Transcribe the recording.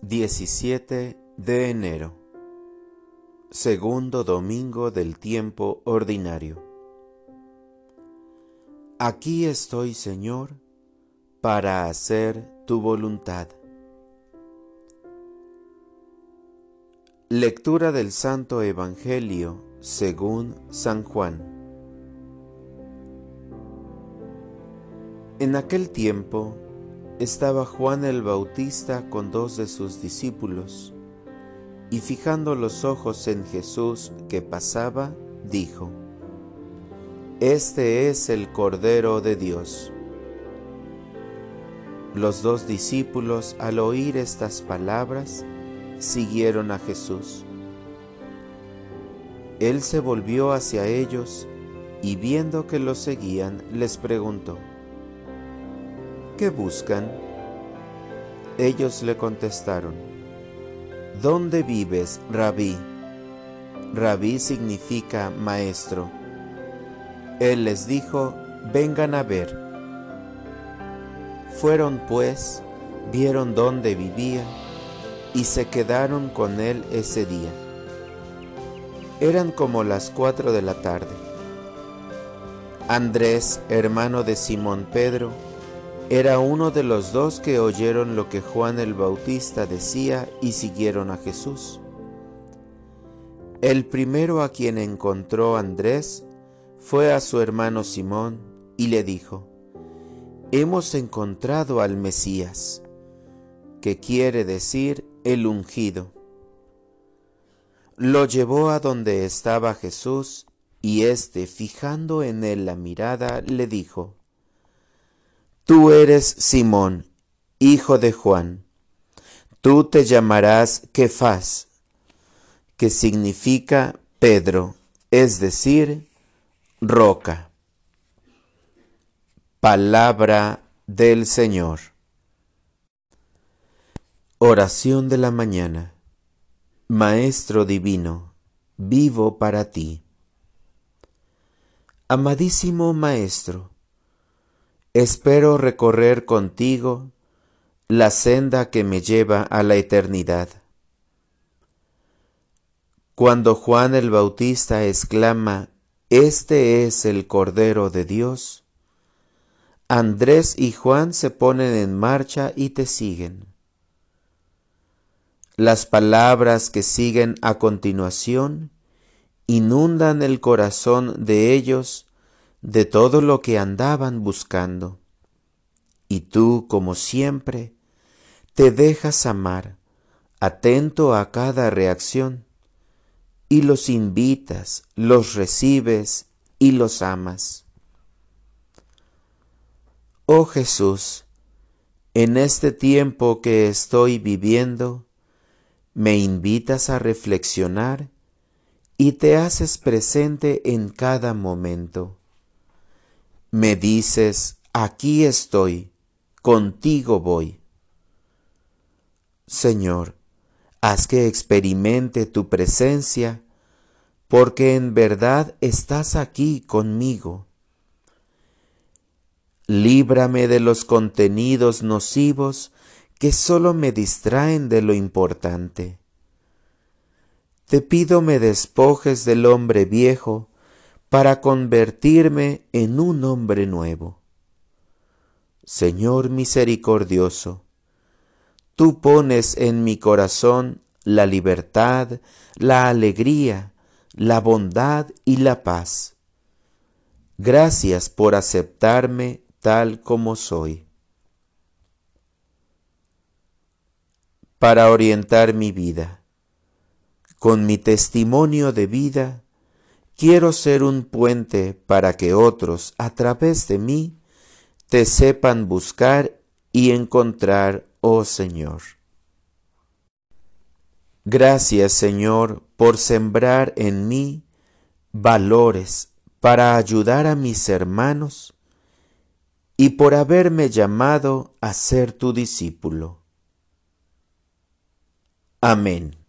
17 de enero, segundo domingo del tiempo ordinario. Aquí estoy, Señor, para hacer tu voluntad. Lectura del Santo Evangelio según San Juan. En aquel tiempo estaba Juan el Bautista con 2 de sus discípulos, y fijando los ojos en Jesús que pasaba, dijo: Este es el Cordero de Dios. Los 2 discípulos, al oír estas palabras, siguieron a Jesús. Él se volvió hacia ellos y viendo que los seguían, les preguntó: ¿Qué buscan? Ellos le contestaron: ¿Dónde vives, Rabí? Rabí significa maestro. Él les dijo: vengan a ver. Fueron pues, vieron dónde vivía y se quedaron con él ese día. Eran como las 4 de la tarde. Andrés, hermano de Simón Pedro, era uno de los 2 que oyeron lo que Juan el Bautista decía y siguieron a Jesús. El primero a quien encontró Andrés fue a su hermano Simón y le dijo: Hemos encontrado al Mesías, que quiere decir el ungido. Lo llevó a donde estaba Jesús y éste, fijando en él la mirada, le dijo: Tú eres Simón, hijo de Juan. Tú te llamarás Kefas, que significa Pedro, es decir, roca. Palabra del Señor. Oración de la mañana. Maestro divino, vivo para ti. Amadísimo Maestro, espero recorrer contigo la senda que me lleva a la eternidad. Cuando Juan el Bautista exclama: Este es el Cordero de Dios, Andrés y Juan se ponen en marcha y te siguen. Las palabras que siguen a continuación inundan el corazón de ellos de todo lo que andaban buscando. Y tú, como siempre, te dejas amar, atento a cada reacción, y los invitas, los recibes y los amas. Oh Jesús, en este tiempo que estoy viviendo, me invitas a reflexionar y te haces presente en cada momento. Me dices: aquí estoy, contigo voy. Señor, haz que experimente tu presencia, porque en verdad estás aquí conmigo. Líbrame de los contenidos nocivos que solo me distraen de lo importante. Te pido me despojes del hombre viejo para convertirme en un hombre nuevo. Señor misericordioso, tú pones en mi corazón la libertad, la alegría, la bondad y la paz. Gracias por aceptarme tal como soy. Para orientar mi vida, con mi testimonio de vida, quiero ser un puente para que otros, a través de mí, te sepan buscar y encontrar, oh Señor. Gracias, Señor, por sembrar en mí valores para ayudar a mis hermanos y por haberme llamado a ser tu discípulo. Amén.